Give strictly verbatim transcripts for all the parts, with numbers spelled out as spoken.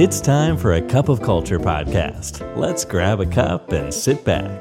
It's time for a cup of culture podcast. Let's grab a cup and sit back.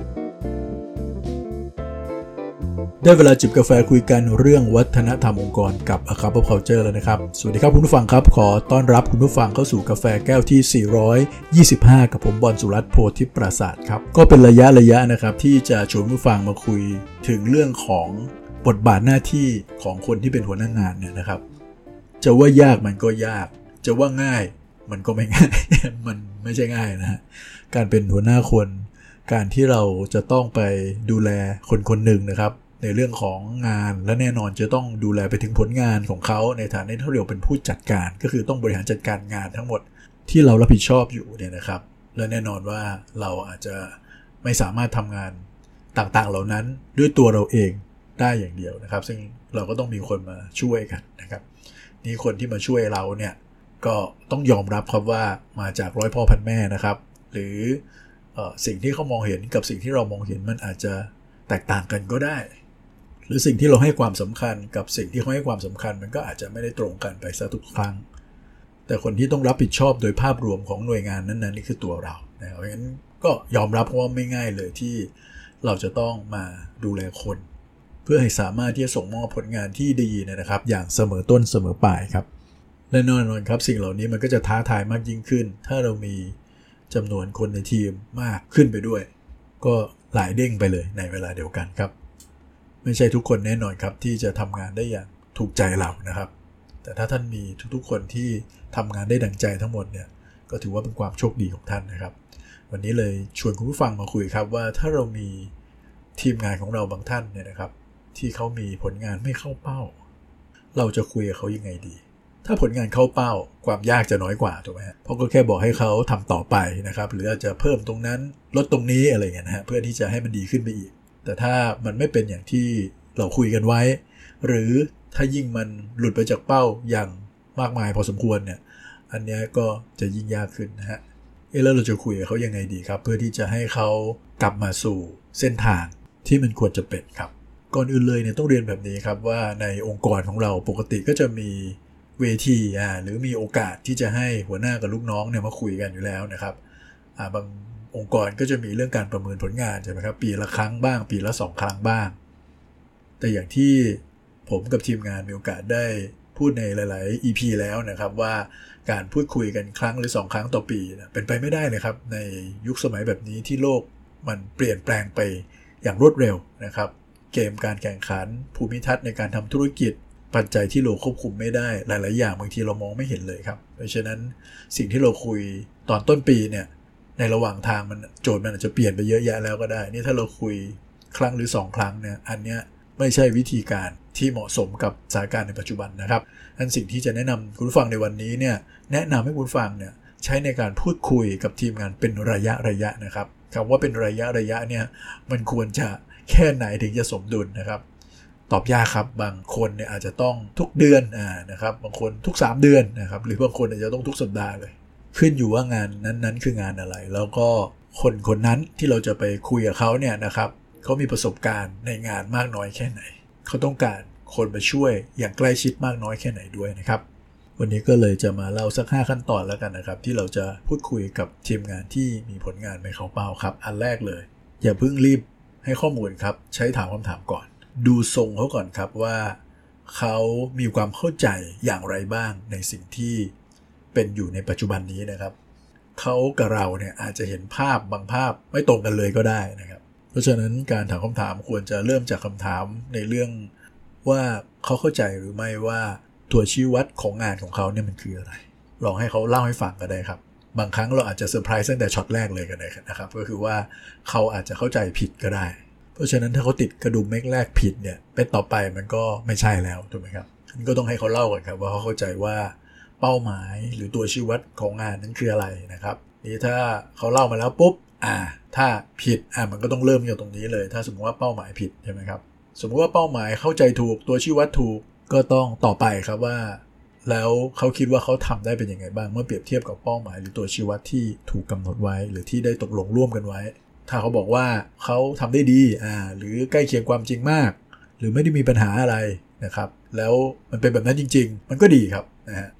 ได้เวลาจิบกาแฟคุยกันเรื่องวัฒนธรรมองค์กรกับ A Cup of Culture แล้วนะครับสวัสดีครับคุณผู้ฟังครับขอต้อนรับคุณผู้ฟังเข้าสู่กาแฟแก้วที่สี่ร้อยยี่สิบห้ากับผมบอลสุรัตน์โพธิปราสาทครับก็เป็นระยะระยะนะครับที่จะชวนผู้ฟังมาคุยถึงเรื่องของบทบาทหน้าที่ของคนที่เป็นหัวหน้างานเนี่ยนะครับจะว่ายากมันก็ยากจะว่าง่ายมันก็ไม่ง่าย มันไม่ใช่ง่ายนะฮะการเป็นหัวหน้าคนการที่เราจะต้องไปดูแลคนคนหนึ่งนะครับในเรื่องของงานและแน่นอนจะต้องดูแลไปถึงผลงานของเขาในฐานะที่เราเป็นผู้จัดการก็คือต้องบริหารจัดการงานทั้งหมดที่เรารับผิดชอบอยู่เนี่ยนะครับและแน่นอนว่าเราอาจจะไม่สามารถทำงานต่างๆเหล่านั้นด้วยตัวเราเองได้อย่างเดียวนะครับซึ่งเราก็ต้องมีคนมาช่วยกันนะครับนี่คนที่มาช่วยเราเนี่ยก็ต้องยอมรับครับว่ามาจากร้อยพ่อพันแม่นะครับหรือเอ่อสิ่งที่เขามองเห็นกับสิ่งที่เรามองเห็นมันอาจจะแตกต่างกันก็ได้หรือสิ่งที่เราให้ความสำคัญกับสิ่งที่เขาให้ความสำคัญมันก็อาจจะไม่ได้ตรงกันไปซะทุกครั้งแต่คนที่ต้องรับผิดชอบโดยภาพรวมของหน่วยงานนั้นๆนี่คือตัวเรานะเพราะฉะนั้นก็ยอมรับว่าไม่ง่ายเลยที่เราจะต้องมาดูแลคนเพื่อให้สามารถที่จะส่งมอบผลงานที่ดีนะครับอย่างเสมอต้นเสมอปลายครับและแน่นอนครับสิ่งเหล่านี้มันก็จะท้าทายมากยิ่งขึ้นถ้าเรามีจำนวนคนในทีมมากขึ้นไปด้วยก็หลายเด้งไปเลยในเวลาเดียวกันครับไม่ใช่ทุกคนแน่นอนครับที่จะทำงานได้อย่างถูกใจเรานะครับแต่ถ้าท่านมีทุกๆคนที่ทำงานได้ดังใจทั้งหมดเนี่ยก็ถือว่าเป็นความโชคดีของท่านนะครับวันนี้เลยชวนคุณผู้ฟังมาคุยครับว่าถ้าเรามีทีมงานของเราบางท่านเนี่ยนะครับที่เขามีผลงานไม่เข้าเป้าเราจะคุยกับเขายังไงดีถ้าผลงานเข้าเป้าความยากจะน้อยกว่าถูกไหมฮะเพราะก็แค่บอกให้เขาทำต่อไปนะครับหรืออาจจะเพิ่มตรงนั้นลดตรงนี้อะไรเงี้ยนะฮะเพื่อที่จะให้มันดีขึ้นไปอีกแต่ถ้ามันไม่เป็นอย่างที่เราคุยกันไว้หรือถ้ายิ่งมันหลุดไปจากเป้าอย่างมากมายพอสมควรเนี่ยอันนี้ก็จะยิ่งยากขึ้นนะฮะเอ๊ะแล้วเราจะคุยกับเขายังไงดีครับเพื่อที่จะให้เขากลับมาสู่เส้นทางที่มันควรจะเป็นครับก่อนอื่นเลยเนี่ยต้องเรียนแบบนี้ครับว่าในองค์กรของเราปกติก็จะมีเวทีอ่าหรือมีโอกาสที่จะให้หัวหน้ากับลูกน้องเนี่ยมาคุยกันอยู่แล้วนะครับอ่าบางองค์กรก็จะมีเรื่องการประเมินผลงานใช่ไหมครับปีละครั้งบ้างปีละสองครั้งบ้างแต่อย่างที่ผมกับทีมงานมีโอกาสได้พูดในหลายๆ อี พี แล้วนะครับว่าการพูดคุยกันครั้งหรือสองครั้งต่อปีนะเป็นไปไม่ได้เลยครับในยุคสมัยแบบนี้ที่โลกมันเปลี่ยนแปลงไปอย่างรวดเร็วนะครับเกมการแข่งขันภูมิทัศน์ในการทำธุรกิจปัจจัยที่เราควบคุมไม่ได้หลายๆอย่างบางทีเรามองไม่เห็นเลยครับเพราะฉะนั้นสิ่งที่เราคุยตอนต้นปีเนี่ยในระหว่างทางมันโจทย์มันอาจจะเปลี่ยนไปเยอะแยะแล้วก็ได้นี่ถ้าเราคุยครั้งหรือสองครั้งเนี่ยอันเนี้ยไม่ใช่วิธีการที่เหมาะสมกับสถานการณ์ในปัจจุบันนะครับอันสิ่งที่จะแนะนำคุณผู้ฟังในวันนี้เนี่ยแนะนำให้คุณผู้ฟังเนี่ยใช้ในการพูดคุยกับทีมงานเป็นระยะระยะนะครับคำว่าเป็นระยะระยะเนี่ยมันควรจะแค่ไหนถึงจะสมดุลนะครับตอบยากครับบางคนเนี่ยอาจจะต้องทุกเดือนอ่านะครับบางคนทุกสามเดือนนะครับหรือบางคนอาจจะต้องทุกสัปดาห์เลยขึ้นอยู่ว่างานนั้นๆคืองานอะไรแล้วก็คนคนนั้นที่เราจะไปคุยกับเขาเนี่ยนะครับเขามีประสบการณ์ในงานมากน้อยแค่ไหนเขาต้องการคนมาช่วยอย่างใกล้ชิดมากน้อยแค่ไหนด้วยนะครับวันนี้ก็เลยจะมาเล่าสักห้าขั้นตอนแล้วกันนะครับที่เราจะพูดคุยกับทีมงานที่มีผลงานไม่เข้าเป้าครับอันแรกเลยอย่าเพิ่งรีบให้ข้อมูลครับใช้ถามคำถามก่อนดูทรงเขาก่อนครับว่าเขามีความเข้าใจอย่างไรบ้างในสิ่งที่เป็นอยู่ในปัจจุบันนี้นะครับเขากับเราเนี่ยอาจจะเห็นภาพบางภาพไม่ตรงกันเลยก็ได้นะครับเพราะฉะนั้นการถามคำถามควรจะเริ่มจากคำถามในเรื่องว่าเขาเข้าใจหรือไม่ว่าตัวชี้วัดของงานของเขาเนี่ยมันคืออะไรลองให้เขาเล่าให้ฟังก็ได้ครับบางครั้งเราอาจจะเซอร์ไพรส์ตั้งแต่ช็อตแรกเลยก็ได้นะครับก็คือว่าเขาอาจจะเข้าใจผิดก็ได้เพราะฉะนั้นถ้าเขาติดกระดุมเม็ดแรกผิดเนี่ยเป็นต่อไปมันก็ไม่ใช่แล้วถูกไหมครับมันก็ต้องให้เขาเล่าก่อนครับว่าเขาเข้าใจว่าเป้าหมายหรือตัวชี้วัดของงานนั้นคืออะไรนะครับนี่ถ้าเขาเล่ามาแล้วปุ๊บอ่าถ้าผิดอ่ามันก็ต้องเริ่มจากตรงนี้เลยถ้าสมมติว่าเป้าหมายผิดใช่ไหมครับสมมติว่าเป้าหมายเข้าใจถูกตัวชี้วัดถูกก็ต้องต่อไปครับว่าแล้วเขาคิดว่าเขาทำได้เป็นยังไงบ้างเมื่อเปรียบเทียบกับเป้าหมายหรือตัวชี้วัดที่ถูกกำหนดไว้หรือที่ได้ตกลงร่วมกันไว้ถ้าเขาบอกว่าเขาทำได้ดีอ่าหรือใกล้เคียงความจริงมากหรือไม่ได้มีปัญหาอะไรนะครับแล้วมันเป็นแบบนั้นจริงๆมันก็ดีครับนะฮะ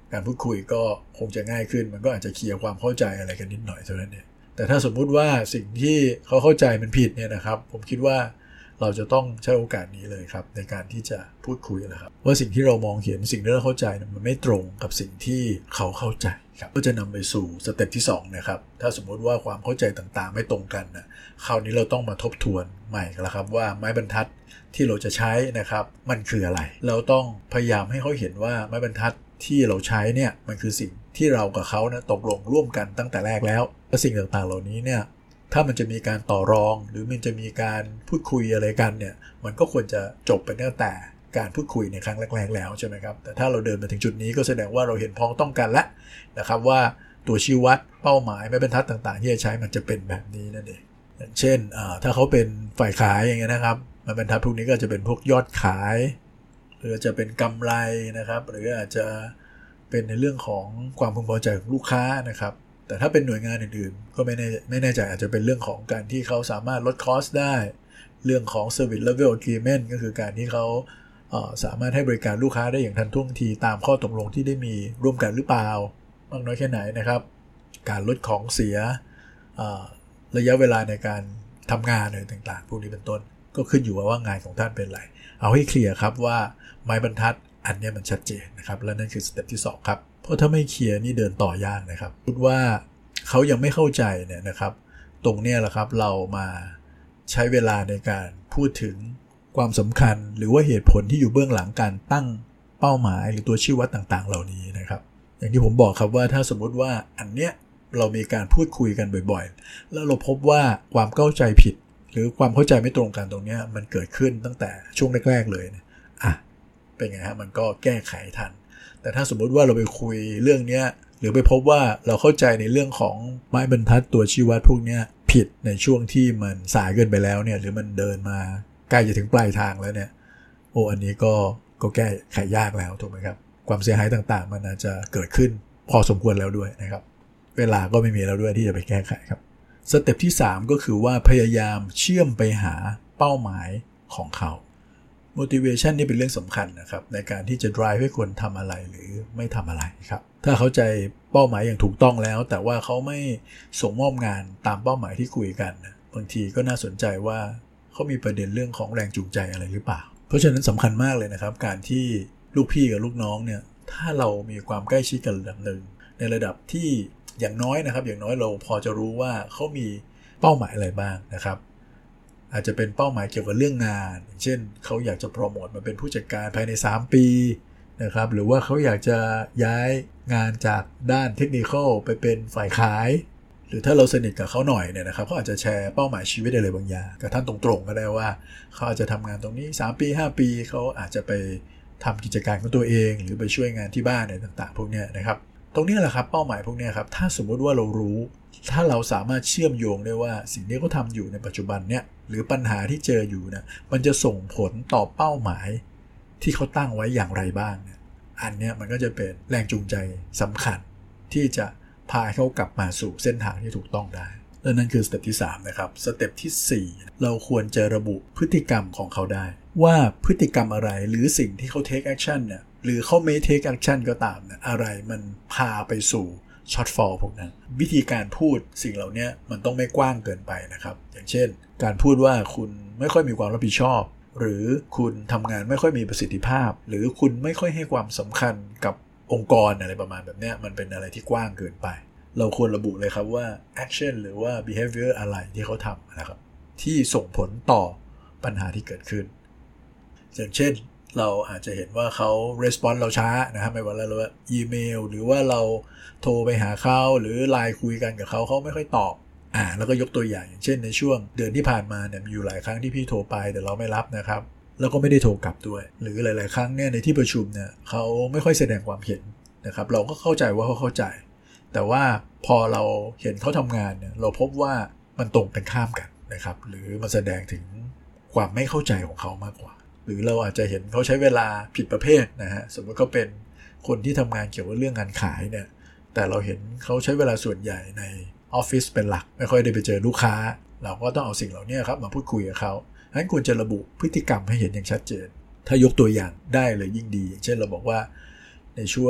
การพูดคุยก็คงจะง่ายขึ้นมันก็อาจจะเคลียร์ความเข้าใจอะไรกันนิดหน่อยเท่านั้นเองแต่ถ้าสมมุติว่าสิ่งที่เขาเข้าใจมันผิดเนี่ยนะครับผมคิดว่าเราจะต้องใช้โอกาสนี้เลยครับในการที่จะพูดคุยนะครับว่าสิ่งที่เรามองเห็นสิ่งที่เราเข้าใจมันไม่ตรงกับสิ่งที่เขาเข้าใจครับก็จะนำไปสู่สเต็ปที่สองนะครับถ้าสมมุติว่าความเข้าใจต่างๆไม่ตรงกันนะคราวนี้เราต้องมาทบทวนใหม่กันแล้วครับว่าไม้บรรทัดที่เราจะใช้นะครับมันคืออะไรเราต้องพยายามให้เขาเห็นว่าไม้บรรทัดที่เราใช้เนี่ยมันคือสิ่งที่เรากับเขานะตกลงร่วมกันตั้งแต่แรกแล้วและสิ่งต่างๆเหล่านี้เนี่ยถ้ามันจะมีการต่อรองหรือมันจะมีการพูดคุยอะไรกันเนี่ยมันก็ควรจะจบไปตั้งแต่การพูดคุยในครั้งแรกๆแล้วใช่ไหมครับแต่ถ้าเราเดินมาถึงจุดนี้ก็แสดงว่าเราเห็นพ้องต้องกันแล้วนะครับว่าตัวชี้วัดเป้าหมายไม้บรรทัดต่างๆที่จะใช้มันจะเป็นแบบนี้นั่นเองอย่างเช่นถ้าเขาเป็นฝ่ายขายอย่างเงี้ยนะครับไม้บรรทัดพวกนี้ก็จะเป็นพวกยอดขายหรือจะเป็นกำไรนะครับหรืออาจจะเป็นในเรื่องของความพึงพอใจของลูกค้านะครับแต่ถ้าเป็นหน่วยงานอื่นๆก็ไม่แน่ไม่แน่ใจอาจจะเป็นเรื่องของการที่เขาสามารถลดคอสได้เรื่องของ Service Level Agreement ก็คือการที่เขาเอ่อสามารถให้บริการลูกค้าได้อย่างทันท่วงทีตามข้อตกลงที่ได้มีร่วมกันหรือเปล่ามากน้อยแค่ไหนนะครับการลดของเสียระยะเวลาในการทำงานอะไรต่างๆพวกนี้เป็นต้นก็ขึ้นอยู่ว่างานของท่านเป็นไรเอาให้เคลียร์ครับว่าไม้บรรทัดอันนี้มันชัดเจนนะครับและนั่นคือสเต็ปที่สองครับเพราะถ้าไม่เคลียร์นี่เดินต่อยากนะครับพูดว่าเขายังไม่เข้าใจเนี่ยนะครับตรงเนี้ยแหละครับเรามาใช้เวลาในการพูดถึงความสำคัญหรือว่าเหตุผลที่อยู่เบื้องหลังการตั้งเป้าหมายหรือตัวชี้วัดต่างๆเหล่านี้นะครับอย่างที่ผมบอกครับว่าถ้าสมมุติว่าอันเนี้ยเรามีการพูดคุยกันบ่อยๆแล้วเราพบว่าความเข้าใจผิดหรือความเข้าใจไม่ตรงกันตรงเนี้ยมันเกิดขึ้นตั้งแต่ช่วงแรกๆเลยเนี่ยอ่ะเป็นไงฮะมันก็แก้ไขทันแต่ถ้าสมมุติว่าเราไปคุยเรื่องนี้หรือไปพบว่าเราเข้าใจในเรื่องของไม้บรรทัดตัวชี้วัดพวกนี้ผิดในช่วงที่มันสายเกินไปแล้วเนี่ยหรือมันเดินมาใกล้จะถึงปลายทางแล้วเนี่ยโอ้อันนี้ก็ก็แก้ไขยากแล้วถูกไหมครับความเสียหายต่างๆมันอาจจะเกิดขึ้นพอสมควรแล้วด้วยนะครับเวลาก็ไม่มีแล้วด้วยที่จะไปแก้ไขครับสเต็ปที่สามก็คือว่าพยายามเชื่อมไปหาเป้าหมายของเขาmotivation นี่เป็นเรื่องสำคัญนะครับในการที่จะ drive ให้คนทำอะไรหรือไม่ทำอะไรครับถ้าเข้าใจเป้าหมายอย่างถูกต้องแล้วแต่ว่าเขาไม่ส่งมอบงานตามเป้าหมายที่คุยกันนะบางทีก็น่าสนใจว่าเขามีประเด็นเรื่องของแรงจูงใจอะไรหรือเปล่าเพราะฉะนั้นสำคัญมากเลยนะครับการที่ลูกพี่กับลูกน้องเนี่ยถ้าเรามีความใกล้ชิดกันระดับหนึ่งในระดับที่อย่างน้อยนะครับอย่างน้อยเราพอจะรู้ว่าเขามีเป้าหมายอะไรบ้างนะครับอาจจะเป็นเป้าหมายเกี่ยวกับเรื่องงานเช่นเขาอยากจะโปรโมทมาเป็นผู้จัดการภายในสามปีนะครับหรือว่าเขาอยากจะย้ายงานจากด้านเทคนิคอลไปเป็นฝ่ายขายหรือถ้าเราสนิทกับเขาหน่อยเนี่ยนะครับเขาอาจจะแชร์เป้าหมายชีวิตอะไรบางอย่างกับท่านตรงๆก็ได้ว่าเขาอาจจะทำงานตรงนี้สามปีห้าปีเขาอาจจะไปทำกิจการของตัวเองหรือไปช่วยงานที่บ้านอะไรต่างๆพวกนี้นะครับตรงนี้แหละครับเป้าหมายพวกนี้ครับถ้าสมมุติว่าเรารู้ถ้าเราสามารถเชื่อมโยงได้ว่าสิ่งที่เขาทำอยู่ในปัจจุบันเนี่ยหรือปัญหาที่เจออยู่นะมันจะส่งผลต่อเป้าหมายที่เขาตั้งไว้อย่างไรบ้างเนี่ยอันนี้มันก็จะเป็นแรงจูงใจสำคัญที่จะพาเขากลับมาสู่เส้นทางที่ถูกต้องได้และนั่นคือสเต็ปที่สามนะครับสเต็ปที่สี่เราควรจะระบุพฤติกรรมของเขาได้ว่าพฤติกรรมอะไรหรือสิ่งที่เขา take action เนี่ยหรือเขาไม่ take action ก็ตามเนี่ยอะไรมันพาไปสู่ช็อตฟอลพวกนั้นวิธีการพูดสิ่งเหล่านี้มันต้องไม่กว้างเกินไปนะครับอย่างเช่นการพูดว่าคุณไม่ค่อยมีความรับผิดชอบหรือคุณทำงานไม่ค่อยมีประสิทธิภาพหรือคุณไม่ค่อยให้ความสำคัญกับองค์กรอะไรประมาณแบบนี้มันเป็นอะไรที่กว้างเกินไปเราควรระบุเลยครับว่า action หรือว่า behavior อะไรที่เขาทำนะครับที่ส่งผลต่อปัญหาที่เกิดขึ้นอย่างเช่นเราอาจจะเห็นว่าเขา response เราช้านะครับไม่ว่าเราว่าอีเมลหรือว่าเราโทรไปหาเขาหรือไลน์คุยกันกับเขาเขาไม่ค่อยตอบอ่าแล้วก็ยกตัวอย่างอย่างเช่นในช่วงเดือนที่ผ่านมาเนี่ยมีอยู่หลายครั้งที่พี่โทรไปแต่เราไม่รับนะครับแล้วก็ไม่ได้โทรกลับด้วยหรือหลายๆครั้งเนี่ยในที่ประชุมเนี่ยเขาไม่ค่อยแสดงความเห็นนะครับเราก็เข้าใจว่าเขาเข้าใจแต่ว่าพอเราเห็นเขาทำงานเนี่ยเราพบว่ามันตรงกันข้ามกันนะครับหรือมันแสดงถึงความไม่เข้าใจของเขามากกว่าหรือเราอาจจะเห็นเขาใช้เวลาผิดประเภทนะฮะสมมติเขาเป็นคนที่ทำงานเกี่ยวกับเรื่องงานขายเนี่ยแต่เราเห็นเขาใช้เวลาส่วนใหญ่ในออฟฟิศเป็นหลักไม่ค่อยได้ไปเจอลูกค้าเราก็ต้องเอาสิ่งเหล่านี้ครับมาพูดคุยกับเขาฉะนั้นควรจะระบุพฤติกรรมให้เห็นอย่างชัดเจนถ้ายกตัวอย่างได้เลยยิ่งดีเช่นเราบอกว่าในช่วง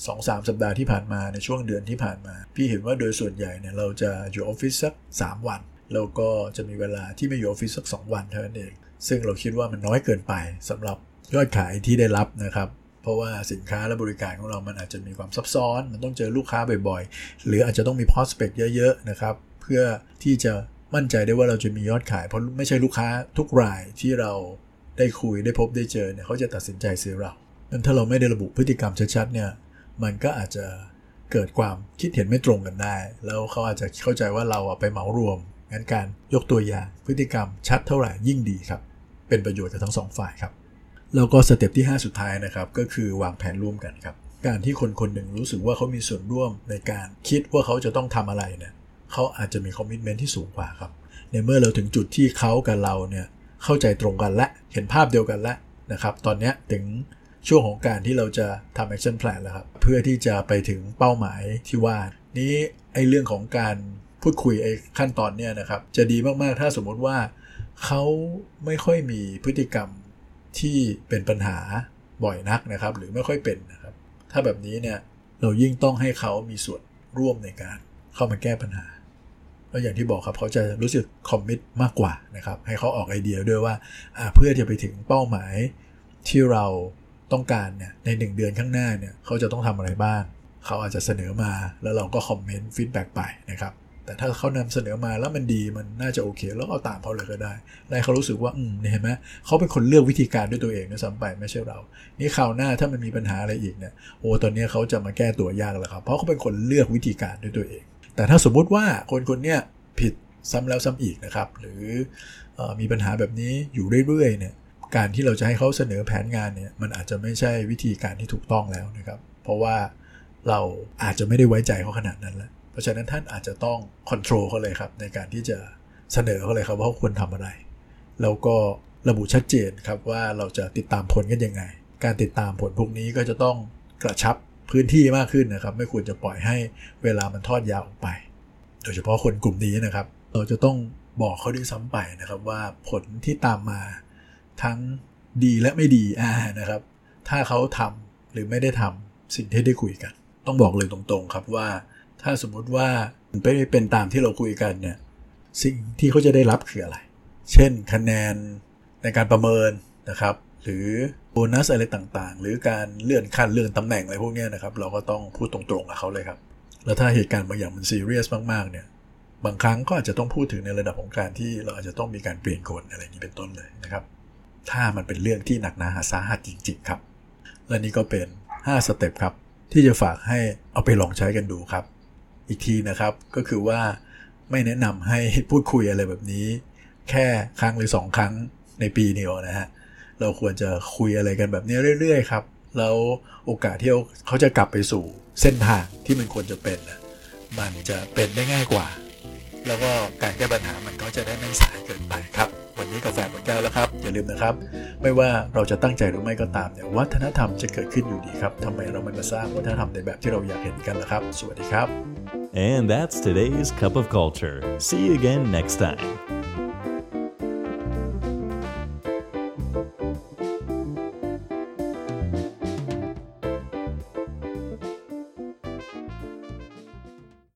สองถึงสาม สัปดาห์ที่ผ่านมาในช่วงเดือนที่ผ่านมาพี่เห็นว่าโดยส่วนใหญ่เนี่ยเราจะอยู่ออฟฟิศสักสามวันแล้วก็จะมีเวลาที่ไม่อยู่ออฟฟิศสักสองวันเท่านั้นเองซึ่งเราคิดว่ามันน้อยเกินไปสำหรับยอดขายที่ได้รับนะครับเพราะว่าสินค้าและบริการของเรามันอาจจะมีความซับซ้อนมันต้องเจอลูกค้าบ่อยๆหรืออาจจะต้องมี prospect เยอะๆนะครับเพื่อที่จะมั่นใจได้ว่าเราจะมียอดขายเพราะไม่ใช่ลูกค้าทุกรายที่เราได้คุยได้พบได้เจอเนี่ยเขาจะตัดสินใจซื้อเราดังนั้นถ้าเราไม่ได้ระบุพฤติกรรมชัดๆเนี่ยมันก็อาจจะเกิดความคิดเห็นไม่ตรงกันได้แล้วเขาอาจจะเข้าใจว่าเราไปเหมารวมงั้นการยกตัวอย่างพฤติกรรมชัดเท่าไหร่ยิ่งดีครับเป็นประโยชน์กับทั้งสองฝ่ายครับแล้วก็สเต็ปที่ห้าสุดท้ายนะครับก็คือวางแผนร่วมกันครับการที่คนคนหนึ่งรู้สึกว่าเขามีส่วนร่วมในการคิดว่าเขาจะต้องทำอะไรเนี่ยเขาอาจจะมีคอมมิตเมนท์ที่สูงกว่าครับในเมื่อเราถึงจุดที่เขากับเราเนี่ยเข้าใจตรงกันและเห็นภาพเดียวกันแล้วนะครับตอนนี้ถึงช่วงของการที่เราจะทำ action plan แล้วครับเพื่อที่จะไปถึงเป้าหมายที่ว่านี้ไอ้เรื่องของการพูดคุยไอ้ขั้นตอนเนี่ยนะครับจะดีมากๆถ้าสมมติว่าเขาไม่ค่อยมีพฤติกรรมที่เป็นปัญหาบ่อยนักนะครับหรือไม่ค่อยเป็นนะครับถ้าแบบนี้เนี่ยเรายิ่งต้องให้เขามีส่วนร่วมในการเข้ามาแก้ปัญหาแล้วอย่างที่บอกครับเขาจะรู้สึกคอมมิตมากกว่านะครับให้เขาออกไอเดียด้วยว่าเพื่อจะไปถึงเป้าหมายที่เราต้องการเนี่ยในหนึ่งเดือนข้างหน้าเนี่ยเขาจะต้องทำอะไรบ้างเขาอาจจะเสนอมาแล้วเราก็คอมเมนต์ฟีดแบ็กไปนะครับแต่ถ้าเขานำเสนอมาแล้วมันดีมันน่าจะโอเคแล้วเอาตามเขาเลยก็ได้และเขารู้สึกว่าอืมเห็นไหมเขาเป็นคนเลือกวิธีการด้วยตัวเองนะซ้ำไปไม่ใช่เรานี่คราวหน้าถ้ามันมีปัญหาอะไรอีกเนี่ยโอ้ตอนนี้เขาจะมาแก้ตัวยากแล้วครับเพราะเขาเป็นคนเลือกวิธีการด้วยตัวเองแต่ถ้าสมมุติว่าคนคนนี้ผิดซ้ำแล้วซ้ำอีกนะครับหรือเอ่อมีปัญหาแบบนี้อยู่เรื่อยๆเนี่ยการที่เราจะให้เขาเสนอแผนงานเนี่ยมันอาจจะไม่ใช่วิธีการที่ถูกต้องแล้วนะครับเพราะว่าเราอาจจะไม่ได้ไว้ใจเขาขนาดนั้นแล้วเพราะฉะนั้นท่านอาจจะต้องคอนโทรลเขาเลยครับในการที่จะเสนอเขาเลยครับว่าเขาควรทำอะไรแล้วก็ระบุชัดเจนครับว่าเราจะติดตามผลกันยังไงการติดตามผลพวกนี้ก็จะต้องกระชับพื้นที่มากขึ้นนะครับไม่ควรจะปล่อยให้เวลามันทอดยาวออกไปโดยเฉพาะคนกลุ่มนี้นะครับเราจะต้องบอกเขาด้วยซ้ำไปนะครับว่าผลที่ตามมาทั้งดีและไม่ดีอ่านะครับถ้าเขาทำหรือไม่ได้ทำสิ่งที่ได้คุยกันต้องบอกเลยตรงๆครับว่าถ้าสมมุติว่าไม่เป็นตามที่เราคุยกันเนี่ยสิ่งที่เขาจะได้รับคืออะไรเช่นคะแนนในการประเมินนะครับหรือโบนัสอะไรต่างๆหรือการเลื่อนขั้นเลื่อนตำแหน่งอะไรพวกนี้นะครับเราก็ต้องพูดตรงๆกับเขาเลยครับแล้วถ้าเหตุการณ์บางอย่างมันซีเรียสมากๆเนี่ยบางครั้งก็อาจจะต้องพูดถึงในระดับของการที่เราอาจจะต้องมีการเปลี่ยนคนอะไรอย่างนี้เป็นต้นเลยนะครับถ้ามันเป็นเรื่องที่หนักหนาสาหัสจริงๆครับและนี่ก็เป็นห้าสเต็ปครับที่จะฝากให้เอาไปลองใช้กันดูครับอีกทีนะครับก็คือว่าไม่แนะนำให้พูดคุยอะไรแบบนี้แค่ครั้งหรือสองครั้งในปีเดียวนะฮะเราควรจะคุยอะไรกันแบบนี้เรื่อยๆครับแล้วโอกาสที่เขาจะกลับไปสู่เส้นทางที่มันควรจะเป็นนะมันจะเป็นได้ง่ายกว่าแล้วก็การแก้ปัญหามันก็จะได้ไม่สายเกินไปครับวันนี้กาแฟหมดแก้วแล้วครับอย่าลืมนะครับไม่ว่าเราจะตั้งใจหรือไม่ก็ตามเนี่ยวัฒนธรรมจะเกิดขึ้นอยู่ดีครับทำไมเราไม่มาสร้างวัฒนธรรมในแบบที่เราอยากเห็นกันล่ะครับสวัสดีครับ And that's today's Cup of Culture. See you again next time.